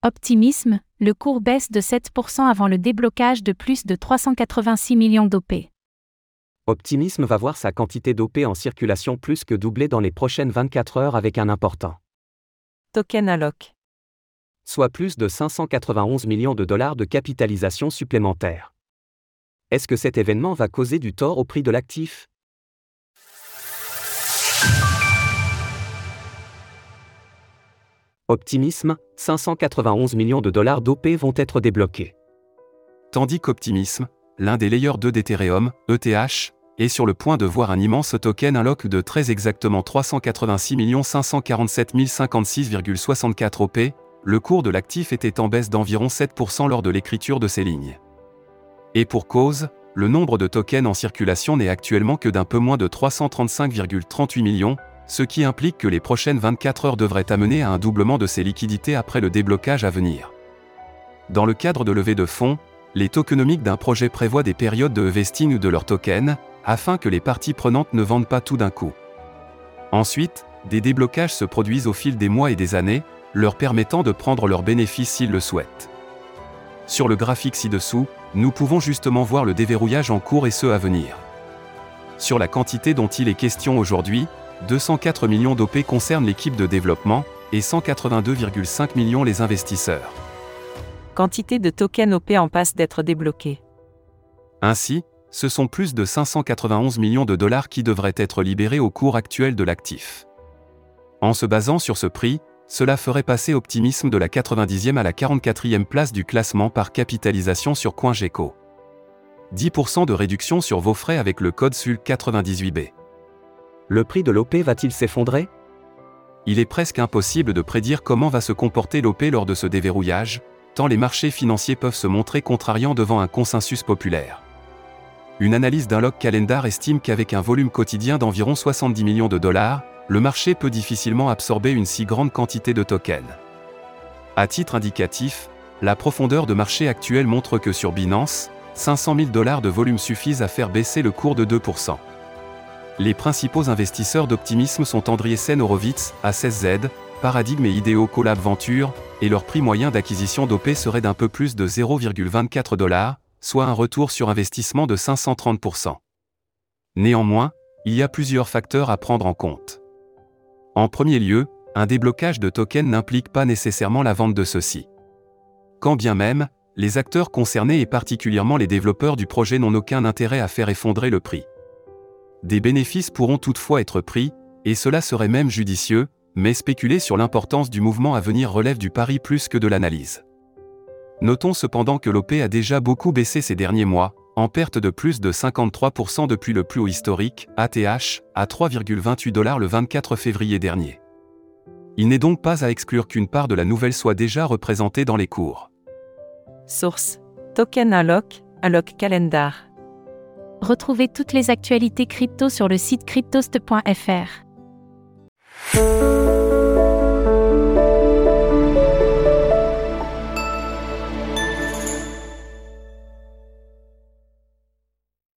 Optimisme, le cours baisse de 7% avant le déblocage de plus de 386 millions d'OP. Optimisme va voir sa quantité d'OP en circulation plus que doubler dans les prochaines 24 heures avec un important token alloc. Soit plus de 591 millions de dollars de capitalisation supplémentaire. Est-ce que cet événement va causer du tort au prix de l'actif ? Optimisme, 591 millions de dollars d'OP vont être débloqués. Tandis qu'Optimisme, l'un des layers 2 d'Ethereum, ETH, est sur le point de voir un immense token unlock de très exactement 386 547 056,64 OP, le cours de l'actif était en baisse d'environ 7% lors de l'écriture de ces lignes. Et pour cause, le nombre de tokens en circulation n'est actuellement que d'un peu moins de 335,38 millions, ce qui implique que les prochaines 24 heures devraient amener à un doublement de ces liquidités après le déblocage à venir. Dans le cadre de levée de fonds, les tokenomiques d'un projet prévoient des périodes de vesting de leurs tokens, afin que les parties prenantes ne vendent pas tout d'un coup. Ensuite, des déblocages se produisent au fil des mois et des années, leur permettant de prendre leurs bénéfices s'ils le souhaitent. Sur le graphique ci-dessous, nous pouvons justement voir le déverrouillage en cours et ceux à venir. Sur la quantité dont il est question aujourd'hui, 204 millions d'OP concernent l'équipe de développement, et 182,5 millions les investisseurs. Quantité de tokens OP en passe d'être débloqués. Ainsi, ce sont plus de 591 millions de dollars qui devraient être libérés au cours actuel de l'actif. En se basant sur ce prix, cela ferait passer Optimisme de la 90e à la 44e place du classement par capitalisation sur CoinGecko. 10% de réduction sur vos frais avec le code SUL98B. Le prix de l'OP va-t-il s'effondrer ? Il est presque impossible de prédire comment va se comporter l'OP lors de ce déverrouillage, tant les marchés financiers peuvent se montrer contrariants devant un consensus populaire. Une analyse d'Unlock Calendar estime qu'avec un volume quotidien d'environ 70 millions de dollars, le marché peut difficilement absorber une si grande quantité de tokens. À titre indicatif, la profondeur de marché actuelle montre que sur Binance, 500 000 dollars de volume suffisent à faire baisser le cours de 2%. Les principaux investisseurs d'Optimisme sont Andreessen Horowitz, A16Z, Paradigm et Ideo Collab Venture, et leur prix moyen d'acquisition d'OP serait d'un peu plus de 0,24 $, soit un retour sur investissement de 530%. Néanmoins, il y a plusieurs facteurs à prendre en compte. En premier lieu, un déblocage de tokens n'implique pas nécessairement la vente de ceux-ci. Quand bien même, les acteurs concernés et particulièrement les développeurs du projet n'ont aucun intérêt à faire effondrer le prix. Des bénéfices pourront toutefois être pris, et cela serait même judicieux, mais spéculer sur l'importance du mouvement à venir relève du pari plus que de l'analyse. Notons cependant que l'OP a déjà beaucoup baissé ces derniers mois, en perte de plus de 53% depuis le plus haut historique, ATH, à 3,28 $ le 24 février dernier. Il n'est donc pas à exclure qu'une part de la nouvelle soit déjà représentée dans les cours. Source: Token Unlock, Unlock Calendar. Retrouvez toutes les actualités crypto sur le site cryptost.fr.